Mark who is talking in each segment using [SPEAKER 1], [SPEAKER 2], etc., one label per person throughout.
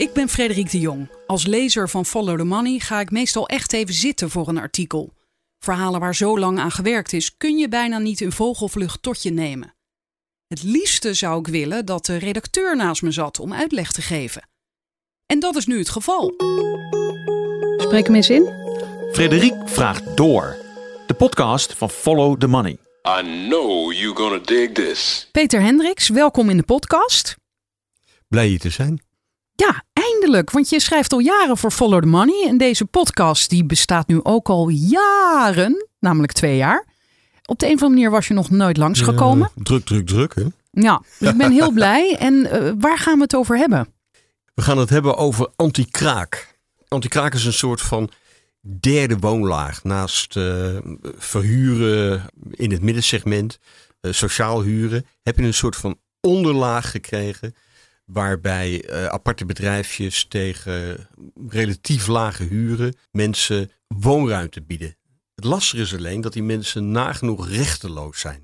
[SPEAKER 1] Ik ben Frederik de Jong. Als lezer van Follow the Money ga ik meestal echt even zitten voor een artikel. Verhalen waar zo lang aan gewerkt is, kun je bijna niet in vogelvlucht tot je nemen. Het liefste zou ik willen dat de redacteur naast me zat om uitleg te geven. En dat is nu het geval.
[SPEAKER 2] Spreek hem eens in.
[SPEAKER 3] Frederik vraagt door. De podcast van Follow the Money.
[SPEAKER 4] I know you're gonna dig this.
[SPEAKER 1] Peter Hendricks, welkom in de podcast.
[SPEAKER 5] Blij hier te zijn.
[SPEAKER 1] Ja, eindelijk, want je schrijft al jaren voor Follow the Money. En deze podcast die bestaat nu ook al jaren, namelijk 2 jaar. Op de een of andere manier was je nog nooit langsgekomen.
[SPEAKER 5] Druk, hè?
[SPEAKER 1] Ja, ik ben heel blij. En waar gaan we het over hebben?
[SPEAKER 5] We gaan het hebben over anti-kraak. Anti-kraak is een soort van derde woonlaag. Naast verhuren in het middensegment, sociaal huren, heb je een soort van onderlaag gekregen. Waarbij aparte bedrijfjes tegen relatief lage huren mensen woonruimte bieden. Het lastige is alleen dat die mensen nagenoeg rechteloos zijn.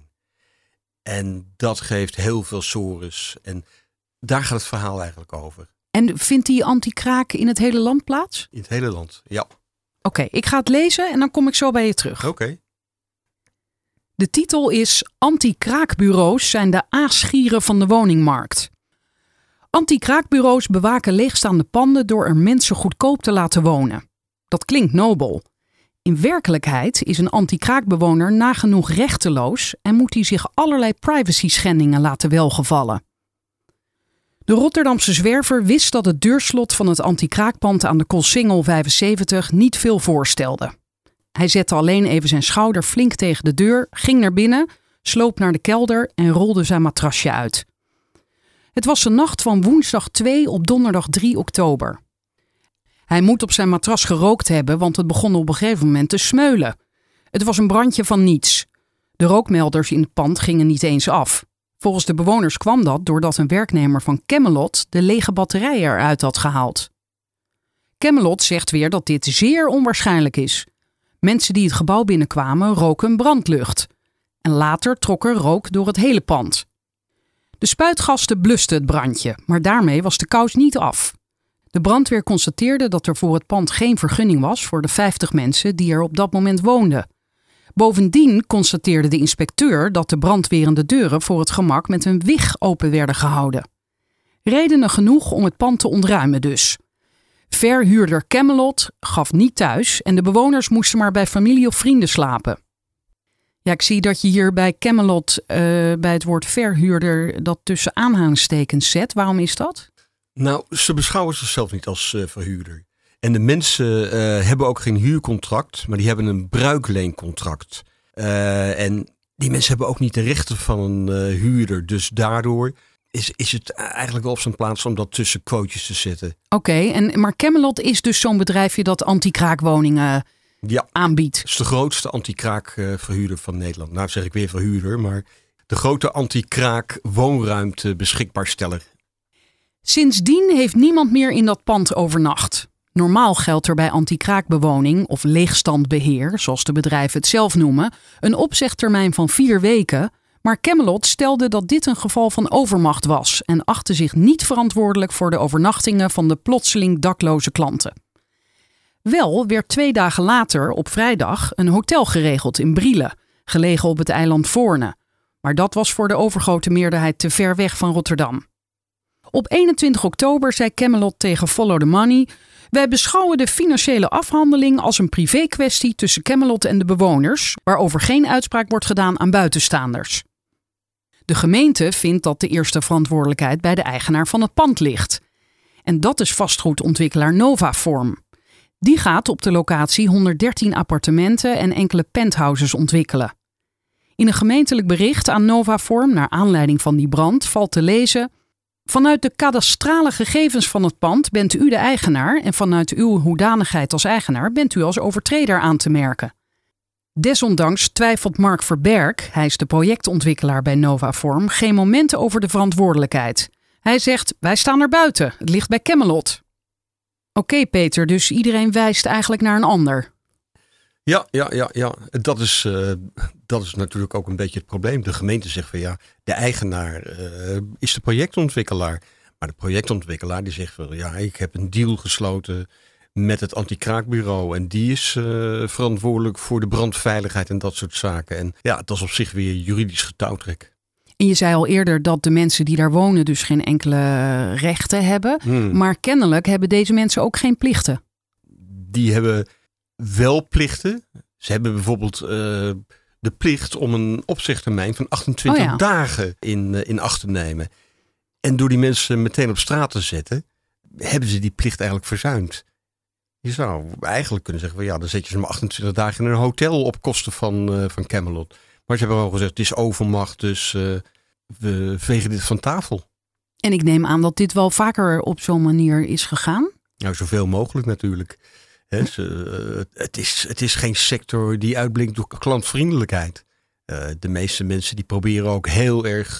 [SPEAKER 5] En dat geeft heel veel sores. En daar gaat het verhaal eigenlijk over.
[SPEAKER 1] En vindt die anti-kraak in het hele land plaats?
[SPEAKER 5] In het hele land, ja.
[SPEAKER 1] Oké, ik ga het lezen en dan kom ik zo bij je terug.
[SPEAKER 5] Oké.
[SPEAKER 1] De titel is Anti-kraakbureaus zijn de aasgieren van de woningmarkt. Anti-kraakbureaus bewaken leegstaande panden door er mensen goedkoop te laten wonen. Dat klinkt nobel. In werkelijkheid is een anti-kraakbewoner nagenoeg rechteloos en moet hij zich allerlei privacy-schendingen laten welgevallen. De Rotterdamse zwerver wist dat het deurslot van het anti-kraakpand aan de Koolsingel 75 niet veel voorstelde. Hij zette alleen even zijn schouder flink tegen de deur, ging naar binnen, sloop naar de kelder en rolde zijn matrasje uit. Het was de nacht van woensdag 2 op donderdag 3 oktober. Hij moet op zijn matras gerookt hebben, want het begon op een gegeven moment te smeulen. Het was een brandje van niets. De rookmelders in het pand gingen niet eens af. Volgens de bewoners kwam dat doordat een werknemer van Camelot de lege batterijen eruit had gehaald. Camelot zegt weer dat dit zeer onwaarschijnlijk is. Mensen die het gebouw binnenkwamen roken brandlucht. En later trok er rook door het hele pand. De spuitgasten blusten het brandje, maar daarmee was de kous niet af. De brandweer constateerde dat er voor het pand geen vergunning was voor de 50 mensen die er op dat moment woonden. Bovendien constateerde de inspecteur dat de brandwerende deuren voor het gemak met een wig open werden gehouden. Redenen genoeg om het pand te ontruimen dus. Verhuurder Camelot gaf niet thuis en de bewoners moesten maar bij familie of vrienden slapen. Ja, ik zie dat je hier bij Camelot bij het woord verhuurder dat tussen aanhalingstekens zet. Waarom is dat?
[SPEAKER 5] Nou, ze beschouwen zichzelf niet als verhuurder. En de mensen hebben ook geen huurcontract, maar die hebben een bruikleencontract. En die mensen hebben ook niet de rechten van een huurder. Dus daardoor is het eigenlijk wel op zijn plaats om dat tussen quotejes te zetten.
[SPEAKER 1] Oké, maar Camelot is dus zo'n bedrijfje dat anti-kraakwoningen aanbiedt.
[SPEAKER 5] Het is de grootste anti-kraakverhuurder van Nederland. Nou zeg ik weer verhuurder, maar de grote anti-kraak woonruimte beschikbaarsteller.
[SPEAKER 1] Sindsdien heeft niemand meer in dat pand overnacht. Normaal geldt er bij anti-kraakbewoning of leegstandbeheer, zoals de bedrijven het zelf noemen, een opzegtermijn van 4 weken. Maar Camelot stelde dat dit een geval van overmacht was en achtte zich niet verantwoordelijk voor de overnachtingen van de plotseling dakloze klanten. Wel werd 2 dagen later, op vrijdag, een hotel geregeld in Brielen, gelegen op het eiland Voorne. Maar dat was voor de overgrote meerderheid te ver weg van Rotterdam. Op 21 oktober zei Camelot tegen Follow the Money: wij beschouwen de financiële afhandeling als een privé-kwestie tussen Camelot en de bewoners, waarover geen uitspraak wordt gedaan aan buitenstaanders. De gemeente vindt dat de eerste verantwoordelijkheid bij de eigenaar van het pand ligt. En dat is vastgoedontwikkelaar Novaform. Die gaat op de locatie 113 appartementen en enkele penthouses ontwikkelen. In een gemeentelijk bericht aan Novaform, naar aanleiding van die brand, valt te lezen: vanuit de kadastrale gegevens van het pand bent u de eigenaar en vanuit uw hoedanigheid als eigenaar bent u als overtreder aan te merken. Desondanks twijfelt Mark Verberg, hij is de projectontwikkelaar bij Novaform, geen moment over de verantwoordelijkheid. Hij zegt: wij staan er buiten, het ligt bij Camelot. Oké, Peter, dus iedereen wijst eigenlijk naar een ander.
[SPEAKER 5] Ja. Dat is natuurlijk ook een beetje het probleem. De gemeente zegt van ja, de eigenaar is de projectontwikkelaar. Maar de projectontwikkelaar die zegt van ja, ik heb een deal gesloten met het anti-kraakbureau. En die is verantwoordelijk voor de brandveiligheid en dat soort zaken. En ja, dat is op zich weer juridisch getouwtrek.
[SPEAKER 1] En je zei al eerder dat de mensen die daar wonen dus geen enkele rechten hebben. Maar kennelijk hebben deze mensen ook geen plichten.
[SPEAKER 5] Die hebben wel plichten. Ze hebben bijvoorbeeld de plicht om een opzegtermijn van 28 dagen in acht te nemen. En door die mensen meteen op straat te zetten, hebben ze die plicht eigenlijk verzuimd. Je zou eigenlijk kunnen zeggen, van, ja, dan zet je ze maar 28 dagen in een hotel op kosten van Camelot. Maar ze hebben al gezegd, het is overmacht, dus we vegen dit van tafel.
[SPEAKER 1] En ik neem aan dat dit wel vaker op zo'n manier is gegaan?
[SPEAKER 5] Nou, zoveel mogelijk natuurlijk. Het is geen sector die uitblinkt door klantvriendelijkheid. De meeste mensen die proberen ook heel erg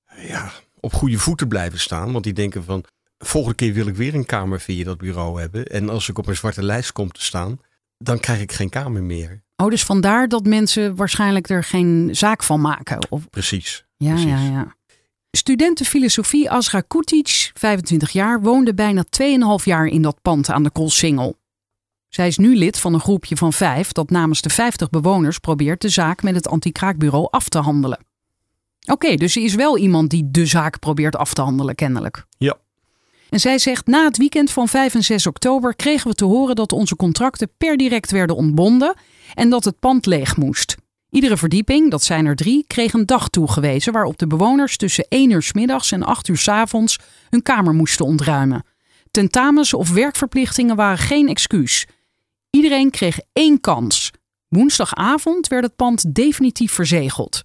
[SPEAKER 5] op goede voeten blijven staan. Want die denken van, volgende keer wil ik weer een kamer via dat bureau hebben. En als ik op een zwarte lijst kom te staan, dan krijg ik geen kamer meer.
[SPEAKER 1] Oh, dus vandaar dat mensen waarschijnlijk er geen zaak van maken? Of...
[SPEAKER 5] Precies.
[SPEAKER 1] Ja. Studenten filosofie Azra Kutic, 25 jaar, woonde bijna 2,5 jaar in dat pand aan de Koolsingel. Zij is nu lid van een groepje van 5 dat namens de 50 bewoners probeert de zaak met het anti-kraakbureau af te handelen. Oké, dus ze is wel iemand die de zaak probeert af te handelen, kennelijk.
[SPEAKER 5] Ja.
[SPEAKER 1] En zij zegt, na het weekend van 5 en 6 oktober kregen we te horen dat onze contracten per direct werden ontbonden en dat het pand leeg moest. Iedere verdieping, dat zijn er 3, kreeg een dag toegewezen waarop de bewoners tussen 1 uur 's middags en 8 uur 's avonds hun kamer moesten ontruimen. Tentamens of werkverplichtingen waren geen excuus. Iedereen kreeg 1 kans. Woensdagavond werd het pand definitief verzegeld.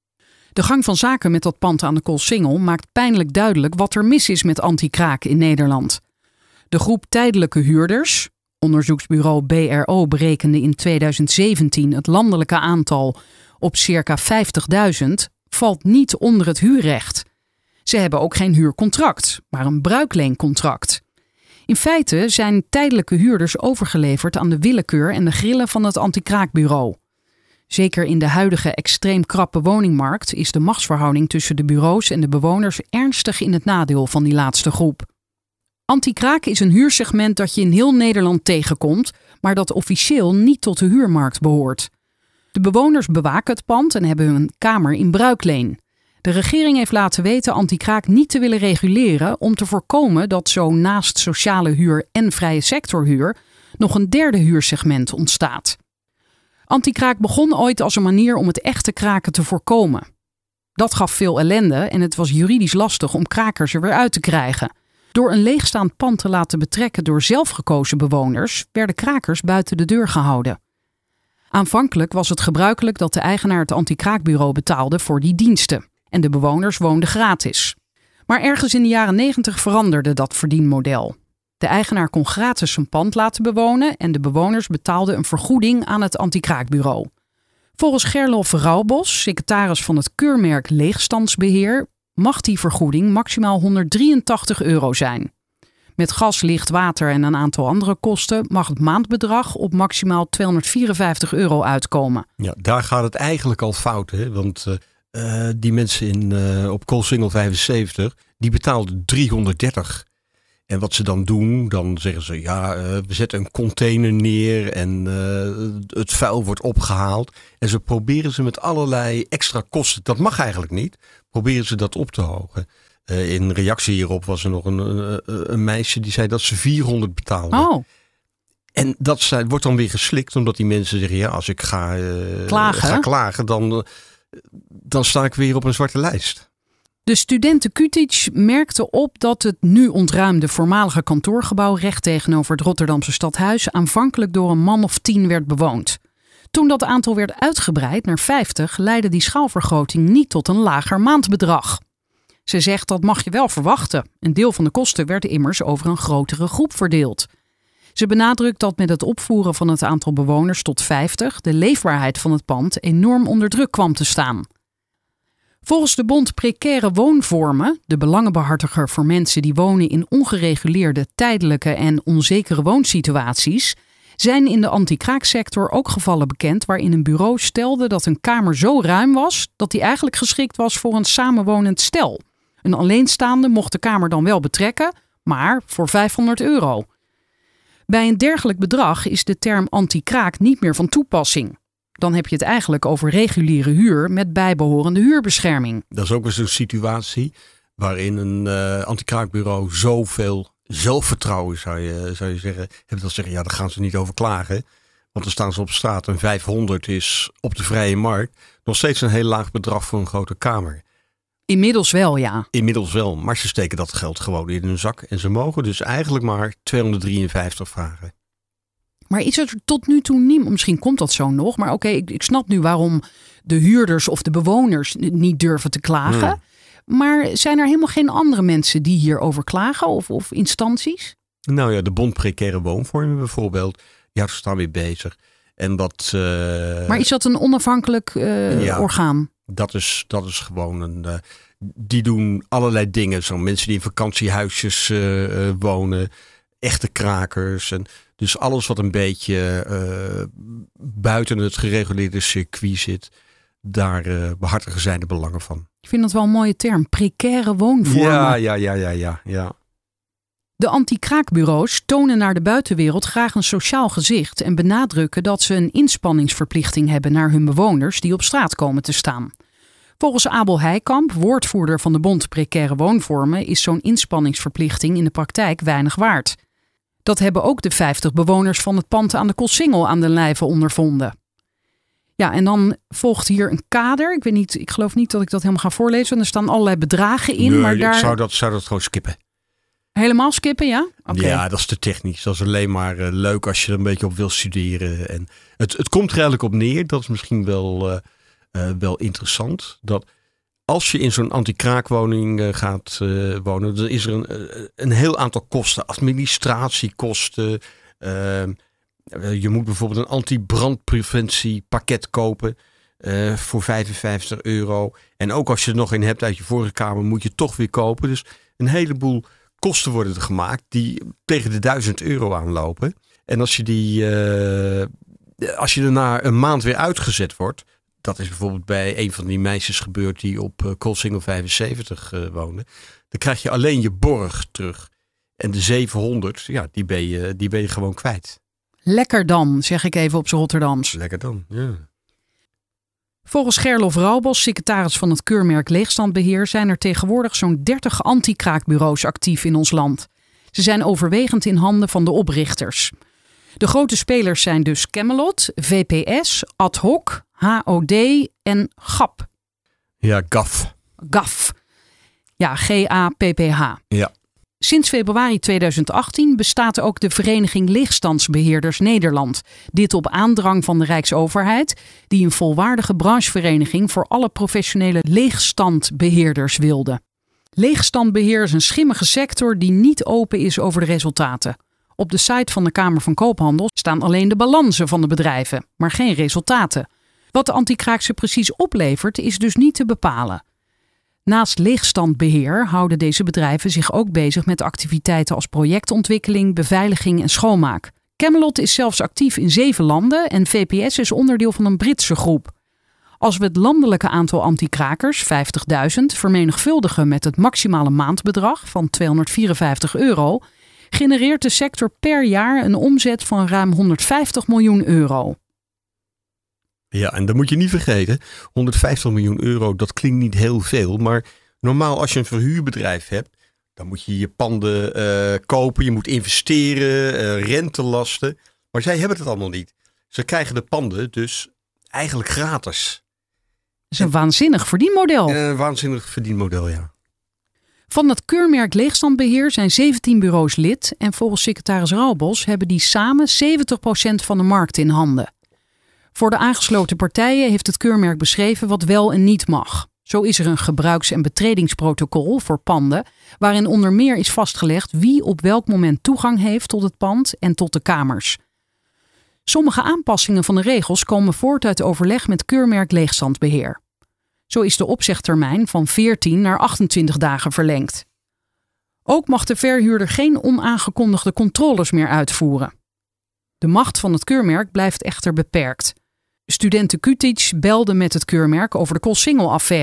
[SPEAKER 1] De gang van zaken met dat pand aan de Koolsingel maakt pijnlijk duidelijk wat er mis is met anti-kraak in Nederland. De groep tijdelijke huurders, onderzoeksbureau BRO berekende in 2017 het landelijke aantal op circa 50.000, valt niet onder het huurrecht. Ze hebben ook geen huurcontract, maar een bruikleencontract. In feite zijn tijdelijke huurders overgeleverd aan de willekeur en de grillen van het anti-kraakbureau. Zeker in de huidige extreem krappe woningmarkt is de machtsverhouding tussen de bureaus en de bewoners ernstig in het nadeel van die laatste groep. Anti-kraak is een huursegment dat je in heel Nederland tegenkomt, maar dat officieel niet tot de huurmarkt behoort. De bewoners bewaken het pand en hebben hun kamer in bruikleen. De regering heeft laten weten anti-kraak niet te willen reguleren om te voorkomen dat zo naast sociale huur en vrije sectorhuur nog een derde huursegment ontstaat. Anti-kraak begon ooit als een manier om het echte kraken te voorkomen. Dat gaf veel ellende en het was juridisch lastig om krakers er weer uit te krijgen. Door een leegstaand pand te laten betrekken door zelfgekozen bewoners werden krakers buiten de deur gehouden. Aanvankelijk was het gebruikelijk dat de eigenaar het anti-kraakbureau betaalde voor die diensten en de bewoners woonden gratis. Maar ergens in de jaren 90 veranderde dat verdienmodel. De eigenaar kon gratis zijn pand laten bewonen en de bewoners betaalden een vergoeding aan het anti-kraakbureau. Volgens Gerlof Rauwbos, secretaris van het keurmerk Leegstandsbeheer, mag die vergoeding maximaal €183 zijn. Met gas, licht, water en een aantal andere kosten mag het maandbedrag op maximaal €254 uitkomen.
[SPEAKER 5] Ja, daar gaat het eigenlijk al fout, hè? Want die mensen op Koolsingel 75, die betaalden 330. En wat ze dan doen, dan zeggen ze we zetten een container neer en het vuil wordt opgehaald. En ze proberen ze met allerlei extra kosten, dat mag eigenlijk niet, proberen ze dat op te hogen. In reactie hierop was er nog een meisje die zei dat ze 400 betaalde.
[SPEAKER 1] Oh.
[SPEAKER 5] En dat wordt dan weer geslikt omdat die mensen zeggen als ik ga klagen dan sta ik weer op een zwarte lijst.
[SPEAKER 1] De studenten Kutic merkte op dat het nu ontruimde voormalige kantoorgebouw recht tegenover het Rotterdamse stadhuis aanvankelijk door een man of 10 werd bewoond. Toen dat aantal werd uitgebreid naar 50 leidde die schaalvergroting niet tot een lager maandbedrag. Ze zegt dat mag je wel verwachten. Een deel van de kosten werd immers over een grotere groep verdeeld. Ze benadrukt dat met het opvoeren van het aantal bewoners tot 50 de leefbaarheid van het pand enorm onder druk kwam te staan. Volgens de bond Precaire Woonvormen, de belangenbehartiger voor mensen die wonen in ongereguleerde, tijdelijke en onzekere woonsituaties, zijn in de anti-kraaksector ook gevallen bekend waarin een bureau stelde dat een kamer zo ruim was dat die eigenlijk geschikt was voor een samenwonend stel. Een alleenstaande mocht de kamer dan wel betrekken, maar voor €500. Bij een dergelijk bedrag is de term anti-kraak niet meer van toepassing. Dan heb je het eigenlijk over reguliere huur met bijbehorende huurbescherming.
[SPEAKER 5] Dat is ook eens een situatie waarin een anti-kraakbureau zoveel zelfvertrouwen, zou je zeggen, hebben dat zeggen, ja, daar gaan ze niet over klagen. Want dan staan ze op straat en 500 is op de vrije markt nog steeds een heel laag bedrag voor een grote kamer.
[SPEAKER 1] Inmiddels wel, ja.
[SPEAKER 5] Inmiddels wel, maar ze steken dat geld gewoon in hun zak. En ze mogen dus eigenlijk maar 253 vragen.
[SPEAKER 1] Maar is er tot nu toe niet, misschien komt dat zo nog, maar oké, ik snap nu waarom de huurders of de bewoners niet durven te klagen. Maar zijn er helemaal geen andere mensen die hierover klagen of instanties?
[SPEAKER 5] Nou ja, de Bond Precaire Woonvormen bijvoorbeeld, ja, ze staan weer bezig. En dat,
[SPEAKER 1] maar is dat een onafhankelijk orgaan? Dat
[SPEAKER 5] is gewoon een. Die doen allerlei dingen. Zo mensen die in vakantiehuisjes wonen, echte krakers. En dus alles wat een beetje buiten het gereguleerde circuit zit, daar behartigen zij de belangen van.
[SPEAKER 1] Ik vind dat wel een mooie term, precaire woonvormen.
[SPEAKER 5] Ja.
[SPEAKER 1] De anti-kraakbureaus tonen naar de buitenwereld graag een sociaal gezicht en benadrukken dat ze een inspanningsverplichting hebben naar hun bewoners die op straat komen te staan. Volgens Abel Heikamp, woordvoerder van de Bond Precaire Woonvormen, is zo'n inspanningsverplichting in de praktijk weinig waard. Dat hebben ook de 50 bewoners van het pand aan de Koolsingel aan den lijve ondervonden. Ja, en dan volgt hier een kader. Ik geloof niet dat ik dat helemaal ga voorlezen, want er staan allerlei bedragen in.
[SPEAKER 5] Nee,
[SPEAKER 1] maar
[SPEAKER 5] ik zou dat gewoon skippen.
[SPEAKER 1] Helemaal skippen, ja? Okay.
[SPEAKER 5] Ja, dat is te technisch. Dat is alleen maar leuk als je er een beetje op wil studeren. En het komt er eigenlijk op neer, dat is misschien wel interessant, dat als je in zo'n anti-kraakwoning gaat wonen, dan is er een heel aantal kosten. Administratiekosten. Je moet bijvoorbeeld een anti-brandpreventiepakket kopen voor €55. En ook als je er nog een hebt uit je vorige kamer, moet je toch weer kopen. Dus een heleboel kosten worden er gemaakt die tegen de €1000 aanlopen. En als je er na een maand weer uitgezet wordt, dat is bijvoorbeeld bij een van die meisjes gebeurd die op Koolsingel 75 woonde, dan krijg je alleen je borg terug. En de 700, ja, die ben je gewoon kwijt.
[SPEAKER 1] Lekker dan, zeg ik even op z'n Rotterdams.
[SPEAKER 5] Lekker dan, ja.
[SPEAKER 1] Volgens Gerlof Raubos, secretaris van het keurmerk Leegstandbeheer, zijn er tegenwoordig zo'n 30 anti-kraakbureaus actief in ons land. Ze zijn overwegend in handen van de oprichters. De grote spelers zijn dus Camelot, VPS, Ad Hoc, HOD en GAP.
[SPEAKER 5] Ja, GAF.
[SPEAKER 1] GAF. Ja, GAPPH.
[SPEAKER 5] Ja.
[SPEAKER 1] Sinds februari 2018 bestaat ook de Vereniging Leegstandsbeheerders Nederland. Dit op aandrang van de Rijksoverheid, die een volwaardige branchevereniging voor alle professionele leegstandbeheerders wilde. Leegstandbeheer is een schimmige sector die niet open is over de resultaten. Op de site van de Kamer van Koophandel staan alleen de balansen van de bedrijven, maar geen resultaten. Wat de anti-kraakse precies oplevert is dus niet te bepalen. Naast leegstandbeheer houden deze bedrijven zich ook bezig met activiteiten als projectontwikkeling, beveiliging en schoonmaak. Camelot is zelfs actief in 7 landen en VPS is onderdeel van een Britse groep. Als we het landelijke aantal anti-krakers, 50.000, vermenigvuldigen met het maximale maandbedrag van €254, genereert de sector per jaar een omzet van ruim €150 miljoen.
[SPEAKER 5] Ja, en dat moet je niet vergeten. €150 miljoen, dat klinkt niet heel veel. Maar normaal als je een verhuurbedrijf hebt, dan moet je je panden kopen. Je moet investeren, rentelasten. Maar zij hebben het allemaal niet. Ze krijgen de panden dus eigenlijk gratis.
[SPEAKER 1] Dat is een waanzinnig verdienmodel.
[SPEAKER 5] Een waanzinnig verdienmodel, ja.
[SPEAKER 1] Van het keurmerk Leegstandbeheer zijn 17 bureaus lid. En volgens secretaris Raubos hebben die samen 70% van de markt in handen. Voor de aangesloten partijen heeft het keurmerk beschreven wat wel en niet mag. Zo is er een gebruiks- en betredingsprotocol voor panden, waarin onder meer is vastgelegd wie op welk moment toegang heeft tot het pand en tot de kamers. Sommige aanpassingen van de regels komen voort uit overleg met keurmerk Leegstandbeheer. Zo is de opzegtermijn van 14 naar 28 dagen verlengd. Ook mag de verhuurder geen onaangekondigde controles meer uitvoeren. De macht van het keurmerk blijft echter beperkt. Studenten Kutic belde met het keurmerk over de Koolsingel-affaire.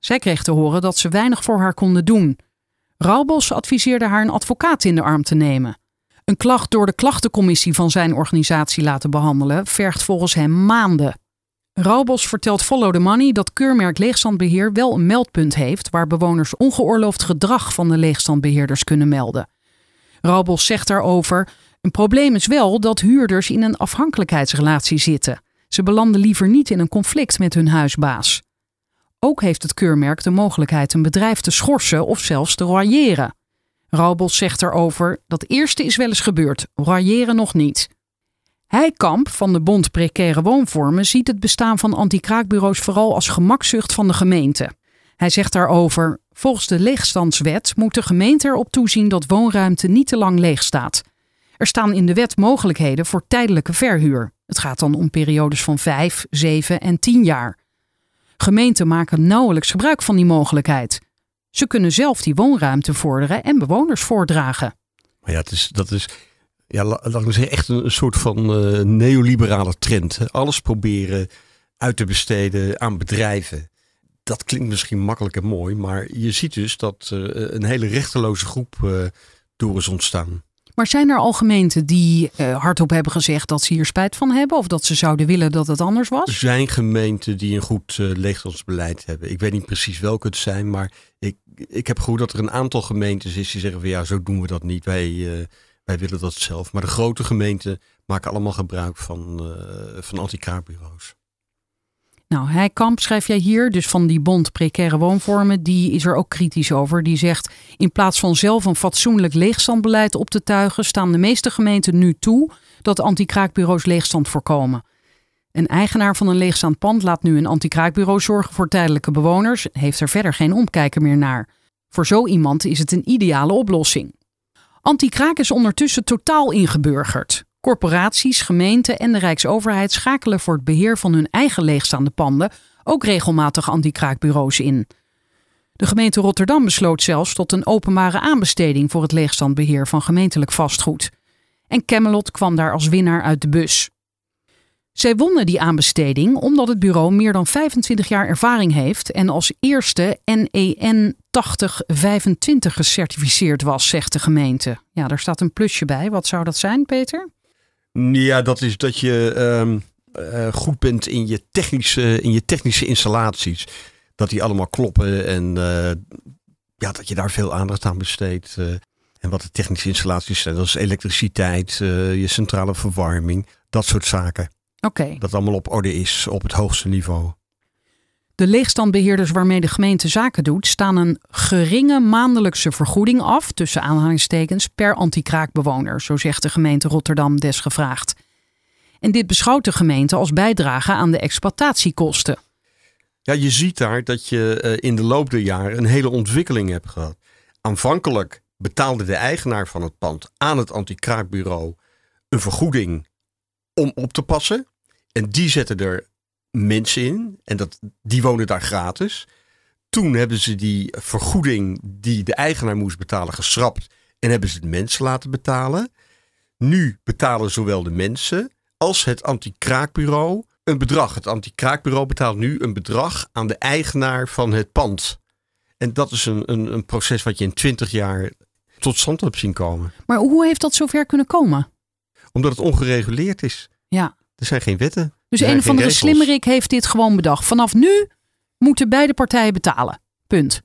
[SPEAKER 1] Zij kreeg te horen dat ze weinig voor haar konden doen. Rauwbos adviseerde haar een advocaat in de arm te nemen. Een klacht door de klachtencommissie van zijn organisatie laten behandelen vergt volgens hem maanden. Rauwbos vertelt Follow the Money dat Keurmerk Leegstandbeheer wel een meldpunt heeft waar bewoners ongeoorloofd gedrag van de leegstandbeheerders kunnen melden. Rauwbos zegt daarover: een probleem is wel dat huurders in een afhankelijkheidsrelatie zitten. Ze belanden liever niet in een conflict met hun huisbaas. Ook heeft het keurmerk de mogelijkheid een bedrijf te schorsen of zelfs te royeren. Rauwbos zegt erover: dat eerste is wel eens gebeurd, royeren nog niet. Heikamp van de Bond Precaire Woonvormen ziet het bestaan van anti-kraakbureaus vooral als gemakzucht van de gemeente. Hij zegt daarover: volgens de leegstandswet moet de gemeente erop toezien dat woonruimte niet te lang leeg staat. Er staan in de wet mogelijkheden voor tijdelijke verhuur. Het gaat dan om periodes van 5, 7 en 10 jaar. Gemeenten maken nauwelijks gebruik van die mogelijkheid. Ze kunnen zelf die woonruimte vorderen en bewoners voordragen.
[SPEAKER 5] Maar ja, dat is laat ik maar zeggen, echt een soort van neoliberale trend. Hè? Alles proberen uit te besteden aan bedrijven. Dat klinkt misschien makkelijk en mooi, maar je ziet dus dat een hele rechteloze groep door is ontstaan.
[SPEAKER 1] Maar zijn er al gemeenten die hardop hebben gezegd dat ze hier spijt van hebben of dat ze zouden willen dat het anders was?
[SPEAKER 5] Er zijn gemeenten die een goed leegstandsbeleid hebben. Ik weet niet precies welke het zijn, maar ik heb gehoord dat er een aantal gemeentes is die zeggen van ja, zo doen we dat niet. Wij willen dat zelf. Maar de grote gemeenten maken allemaal gebruik van anti-kraakbureaus.
[SPEAKER 1] Nou, Heikamp, schrijf jij hier, dus van die Bond Precaire Woonvormen, die is er ook kritisch over. Die zegt: in plaats van zelf een fatsoenlijk leegstandbeleid op te tuigen, staan de meeste gemeenten nu toe dat anti-kraakbureaus leegstand voorkomen. Een eigenaar van een leegstaand pand laat nu een anti-kraakbureau zorgen voor tijdelijke bewoners en heeft er verder geen omkijken meer naar. Voor zo iemand is het een ideale oplossing. Anti-kraak is ondertussen totaal ingeburgerd. Corporaties, gemeenten en de Rijksoverheid schakelen voor het beheer van hun eigen leegstaande panden ook regelmatig anti-kraakbureaus in. De gemeente Rotterdam besloot zelfs tot een openbare aanbesteding voor het leegstandbeheer van gemeentelijk vastgoed. En Camelot kwam daar als winnaar uit de bus. Zij wonnen die aanbesteding omdat het bureau meer dan 25 jaar ervaring heeft en als eerste NEN 8025 gecertificeerd was, zegt de gemeente. Ja, daar staat een plusje bij. Wat zou dat zijn, Peter?
[SPEAKER 5] Ja, dat is dat je goed bent in je technische installaties. Dat die allemaal kloppen en dat je daar veel aandacht aan besteedt. En wat de technische installaties zijn, dat is elektriciteit, je centrale verwarming, dat soort zaken.
[SPEAKER 1] Oké.
[SPEAKER 5] Dat het allemaal op orde is op het hoogste niveau.
[SPEAKER 1] De leegstandbeheerders waarmee de gemeente zaken doet, staan een geringe maandelijkse vergoeding af, tussen aanhalingstekens, per anti-kraakbewoner, zo zegt de gemeente Rotterdam desgevraagd. En dit beschouwt de gemeente als bijdrage aan de exploitatiekosten.
[SPEAKER 5] Ja, je ziet daar dat je in de loop der jaren een hele ontwikkeling hebt gehad. Aanvankelijk betaalde de eigenaar van het pand aan het anti-kraakbureau een vergoeding om op te passen. En die zetten er mensen in en die wonen daar gratis. Toen hebben ze die vergoeding die de eigenaar moest betalen geschrapt en hebben ze de mensen laten betalen. Nu betalen zowel de mensen als het anti-kraakbureau een bedrag. Het anti-kraakbureau betaalt nu een bedrag aan de eigenaar van het pand. En dat is een proces wat je in 20 jaar tot stand hebt zien komen.
[SPEAKER 1] Maar hoe heeft dat zover kunnen komen?
[SPEAKER 5] Omdat het ongereguleerd is.
[SPEAKER 1] Ja.
[SPEAKER 5] Er zijn geen wetten.
[SPEAKER 1] Dus een of andere slimmerik heeft dit gewoon bedacht. Vanaf nu moeten beide partijen betalen. Punt.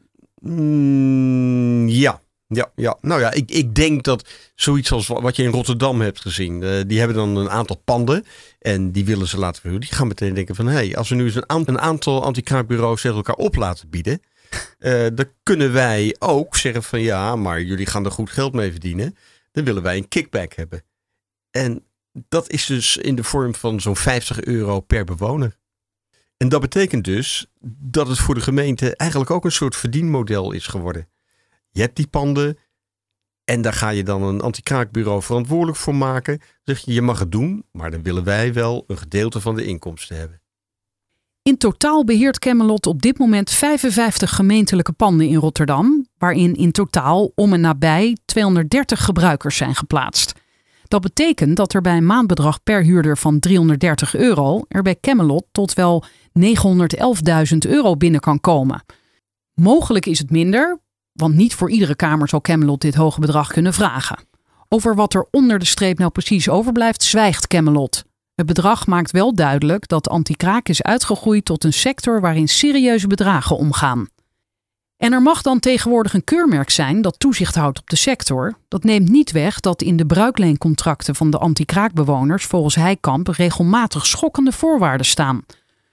[SPEAKER 5] Ja. Nou ja, ik denk dat zoiets als wat je in Rotterdam hebt gezien. Die hebben dan een aantal panden. En die willen ze laten verhuren. Die gaan meteen denken van als we nu eens een aantal anti-kraakbureaus tegen elkaar op laten bieden. Dan kunnen wij ook zeggen van ja, maar jullie gaan er goed geld mee verdienen. Dan willen wij een kickback hebben. En dat is dus in de vorm van zo'n €50 per bewoner. En dat betekent dus dat het voor de gemeente eigenlijk ook een soort verdienmodel is geworden. Je hebt die panden en daar ga je dan een anti-kraakbureau verantwoordelijk voor maken. Dan zeg je mag het doen, maar dan willen wij wel een gedeelte van de inkomsten hebben.
[SPEAKER 1] In totaal beheert Camelot op dit moment 55 gemeentelijke panden in Rotterdam, waarin in totaal om en nabij 230 gebruikers zijn geplaatst. Dat betekent dat er bij een maandbedrag per huurder van €330 er bij Camelot tot wel €911.000 binnen kan komen. Mogelijk is het minder, want niet voor iedere kamer zal Camelot dit hoge bedrag kunnen vragen. Over wat er onder de streep nou precies overblijft, zwijgt Camelot. Het bedrag maakt wel duidelijk dat anti-kraak is uitgegroeid tot een sector waarin serieuze bedragen omgaan. En er mag dan tegenwoordig een keurmerk zijn dat toezicht houdt op de sector. Dat neemt niet weg dat in de bruikleencontracten van de anti-kraakbewoners volgens Heikamp regelmatig schokkende voorwaarden staan.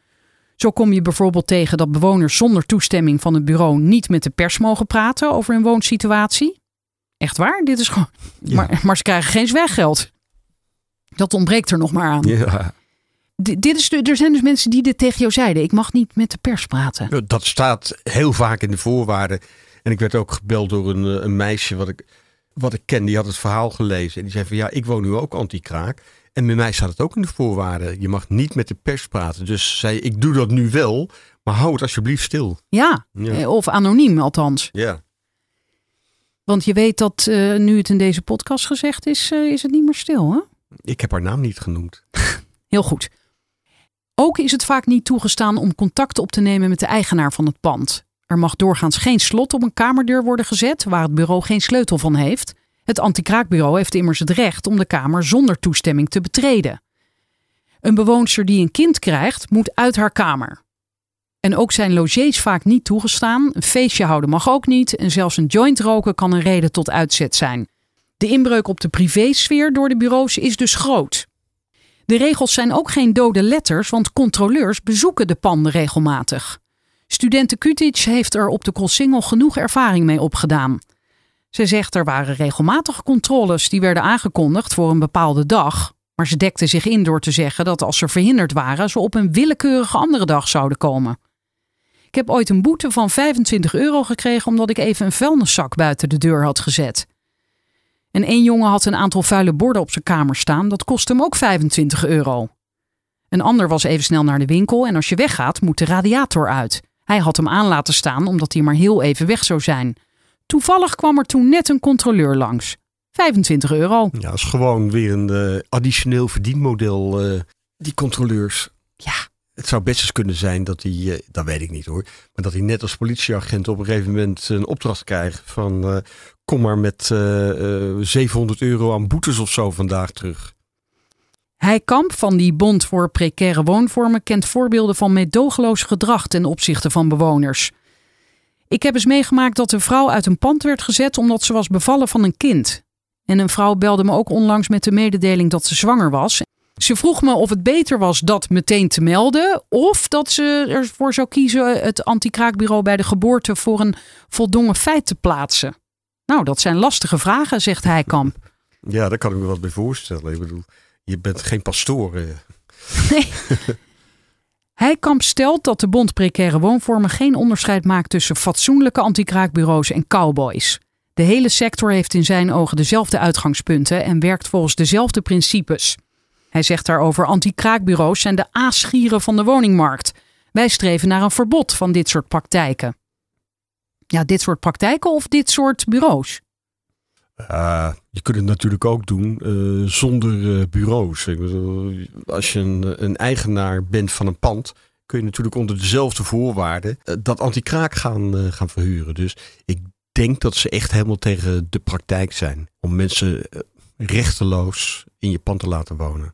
[SPEAKER 1] Zo kom je bijvoorbeeld tegen dat bewoners zonder toestemming van het bureau niet met de pers mogen praten over hun woonsituatie. Echt waar? Dit is gewoon.
[SPEAKER 5] Ja.
[SPEAKER 1] Maar ze krijgen geen zwijggeld. Dat ontbreekt er nog maar aan.
[SPEAKER 5] Ja.
[SPEAKER 1] Er zijn dus mensen die dit tegen jou zeiden. Ik mag niet met de pers praten.
[SPEAKER 5] Dat staat heel vaak in de voorwaarden. En ik werd ook gebeld door een meisje wat ik ken. Die had het verhaal gelezen. En die zei van ja, ik woon nu ook anti-kraak. En bij mij staat het ook in de voorwaarden. Je mag niet met de pers praten. Dus zei ik doe dat nu wel. Maar hou het alsjeblieft stil.
[SPEAKER 1] Ja. Of anoniem althans.
[SPEAKER 5] Ja.
[SPEAKER 1] Want je weet dat nu het in deze podcast gezegd is het niet meer stil, hè?
[SPEAKER 5] Ik heb haar naam niet genoemd.
[SPEAKER 1] Heel goed. Ook is het vaak niet toegestaan om contact op te nemen met de eigenaar van het pand. Er mag doorgaans geen slot op een kamerdeur worden gezet waar het bureau geen sleutel van heeft. Het anti-kraakbureau heeft immers het recht om de kamer zonder toestemming te betreden. Een bewoonster die een kind krijgt, moet uit haar kamer. En ook zijn logés vaak niet toegestaan. Een feestje houden mag ook niet. En zelfs een joint roken kan een reden tot uitzet zijn. De inbreuk op de privésfeer door de bureaus is dus groot. De regels zijn ook geen dode letters, want controleurs bezoeken de panden regelmatig. Studente Kutic heeft er op de Koolsingel genoeg ervaring mee opgedaan. Ze zegt er waren regelmatig controles die werden aangekondigd voor een bepaalde dag. Maar ze dekte zich in door te zeggen dat als ze verhinderd waren, ze op een willekeurige andere dag zouden komen. Ik heb ooit een boete van €25 gekregen omdat ik even een vuilniszak buiten de deur had gezet. En één jongen had een aantal vuile borden op zijn kamer staan. Dat kostte hem ook €25. Een ander was even snel naar de winkel en als je weggaat moet de radiator uit. Hij had hem aan laten staan omdat hij maar heel even weg zou zijn. Toevallig kwam er toen net een controleur langs. €25.
[SPEAKER 5] Ja, dat is gewoon weer een additioneel verdienmodel, die controleurs.
[SPEAKER 1] Ja.
[SPEAKER 5] Het zou best eens kunnen zijn dat hij, dat weet ik niet hoor, maar dat hij net als politieagent op een gegeven moment een opdracht krijgt van kom maar met €700 aan boetes of zo vandaag terug.
[SPEAKER 1] Heikamp van die Bond voor Precaire Woonvormen kent voorbeelden van meedogenloos gedrag ten opzichte van bewoners. Ik heb eens meegemaakt dat een vrouw uit een pand werd gezet omdat ze was bevallen van een kind. En een vrouw belde me ook onlangs met de mededeling dat ze zwanger was. Ze vroeg me of het beter was dat meteen te melden of dat ze ervoor zou kiezen het anti-kraakbureau bij de geboorte voor een voldongen feit te plaatsen. Nou, dat zijn lastige vragen, zegt Heikamp.
[SPEAKER 5] Ja, daar kan ik me wat bij voorstellen. Ik bedoel, je bent geen pastoor.
[SPEAKER 1] Nee. Heikamp stelt dat de Bond Precaire Woonvormen geen onderscheid maakt tussen fatsoenlijke anti-kraakbureaus en cowboys. De hele sector heeft in zijn ogen dezelfde uitgangspunten en werkt volgens dezelfde principes. Hij zegt daarover: anti-kraakbureaus zijn de aasgieren van de woningmarkt. Wij streven naar een verbod van dit soort praktijken. Ja, dit soort praktijken of dit soort bureaus?
[SPEAKER 5] Je kunt het natuurlijk ook doen zonder bureaus. Ik bedoel, als je een eigenaar bent van een pand, kun je natuurlijk onder dezelfde voorwaarden dat anti-kraak gaan verhuren. Dus ik denk dat ze echt helemaal tegen de praktijk zijn om mensen rechteloos in je pand te laten wonen.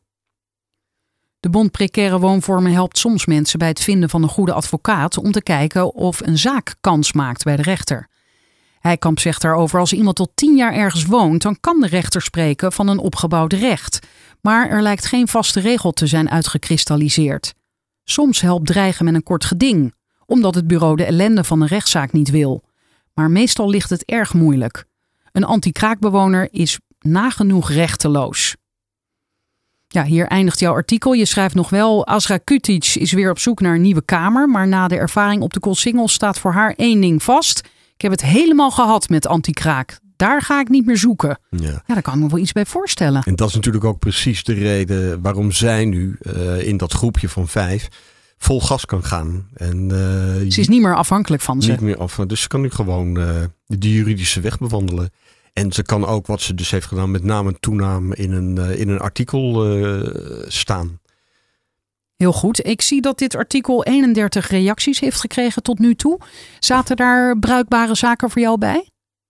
[SPEAKER 1] De Bond Precaire Woonvormen helpt soms mensen bij het vinden van een goede advocaat om te kijken of een zaak kans maakt bij de rechter. Heikamp zegt daarover: als iemand tot 10 jaar ergens woont, dan kan de rechter spreken van een opgebouwd recht. Maar er lijkt geen vaste regel te zijn uitgekristalliseerd. Soms helpt dreigen met een kort geding, omdat het bureau de ellende van een rechtszaak niet wil. Maar meestal ligt het erg moeilijk. Een anti-kraakbewoner is nagenoeg rechteloos. Ja, hier eindigt jouw artikel. Je schrijft nog wel: Azra Kutic is weer op zoek naar een nieuwe kamer. Maar na de ervaring op de Koolsingel staat voor haar één ding vast. Ik heb het helemaal gehad met anti-kraak. Daar ga ik niet meer zoeken. Ja, daar kan ik me wel iets bij voorstellen.
[SPEAKER 5] En dat is natuurlijk ook precies de reden waarom zij nu in dat groepje van 5 vol gas kan gaan. En,
[SPEAKER 1] ze is niet meer afhankelijk van ze.
[SPEAKER 5] Niet meer dus ze kan nu gewoon de juridische weg bewandelen. En ze kan ook wat ze dus heeft gedaan met naam en toenaam in een artikel staan.
[SPEAKER 1] Heel goed. Ik zie dat dit artikel 31 reacties heeft gekregen tot nu toe. Zaten daar bruikbare zaken voor jou bij?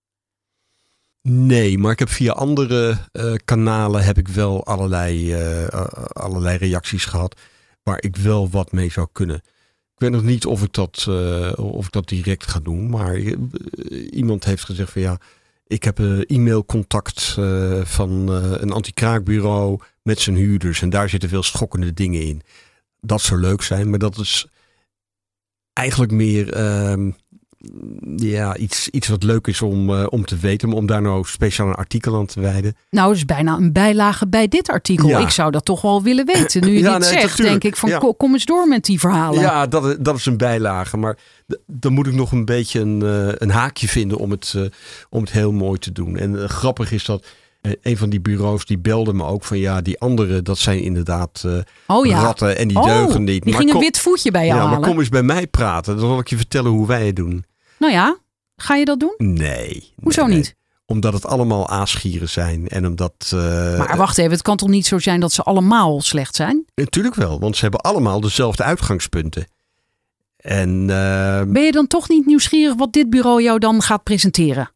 [SPEAKER 5] Nee, maar ik heb via andere kanalen heb ik wel allerlei reacties gehad waar ik wel wat mee zou kunnen. Ik weet nog niet of ik dat direct ga doen, maar iemand heeft gezegd van ja, ik heb e-mailcontact van een anti-kraakbureau met zijn huurders en daar zitten veel schokkende dingen in. Dat zou leuk zijn, maar dat is eigenlijk meer iets wat leuk is om te weten, maar om daar nou speciaal een artikel aan te wijden.
[SPEAKER 1] Nou, het is bijna een bijlage bij dit artikel. Ja. Ik zou dat toch wel willen weten. Nu je dit zegt, natuurlijk. Denk ik van kom eens door met die verhalen.
[SPEAKER 5] Ja, dat is een bijlage, maar dan moet ik nog een beetje een haakje vinden om het heel mooi te doen. En grappig is dat een van die bureaus die belde me ook van ja, die anderen, dat zijn inderdaad ratten en die deugen niet.
[SPEAKER 1] Die ging een wit voetje bij jou halen.
[SPEAKER 5] Maar kom eens bij mij praten, dan zal ik je vertellen hoe wij het doen.
[SPEAKER 1] Nou ja, ga je dat doen?
[SPEAKER 5] Nee.
[SPEAKER 1] Hoezo niet?
[SPEAKER 5] Omdat het allemaal aasgieren zijn en omdat...
[SPEAKER 1] Maar wacht even, het kan toch niet zo zijn dat ze allemaal slecht zijn?
[SPEAKER 5] Natuurlijk wel, want ze hebben allemaal dezelfde uitgangspunten. En,
[SPEAKER 1] ben je dan toch niet nieuwsgierig wat dit bureau jou dan gaat presenteren?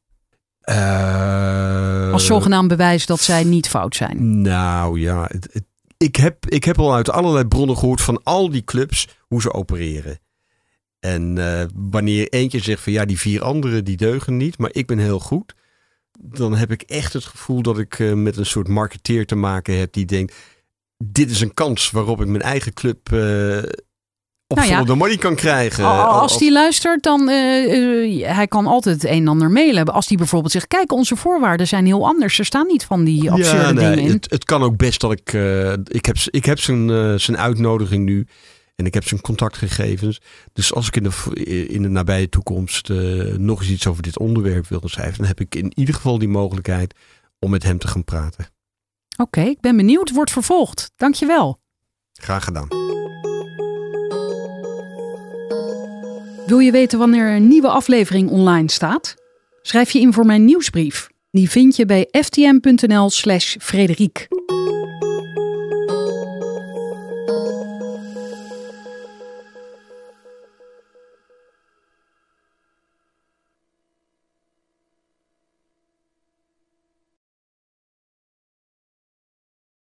[SPEAKER 1] Als zogenaamd bewijs dat zij niet fout zijn.
[SPEAKER 5] Nou ja, ik heb al uit allerlei bronnen gehoord van al die clubs hoe ze opereren. En wanneer eentje zegt van ja, die 4 anderen die deugen niet, maar ik ben heel goed. Dan heb ik echt het gevoel dat ik met een soort marketeer te maken heb die denkt, dit is een kans waarop ik mijn eigen club op follow money kan krijgen.
[SPEAKER 1] Als die luistert, dan hij kan altijd het een en ander mailen. Als die bijvoorbeeld zegt, kijk, onze voorwaarden zijn heel anders. Er staan niet van die absurde dingen in.
[SPEAKER 5] Het kan ook best dat ik heb zijn uitnodiging nu. En ik heb zijn contactgegevens. Dus als ik in de nabije toekomst nog eens iets over dit onderwerp wilde schrijven, dan heb ik in ieder geval die mogelijkheid om met hem te gaan praten.
[SPEAKER 1] Oké, ik ben benieuwd. Wordt vervolgd. Dank je wel.
[SPEAKER 5] Graag gedaan.
[SPEAKER 1] Wil je weten wanneer een nieuwe aflevering online staat? Schrijf je in voor mijn nieuwsbrief. Die vind je bij ftm.nl/Frederiek.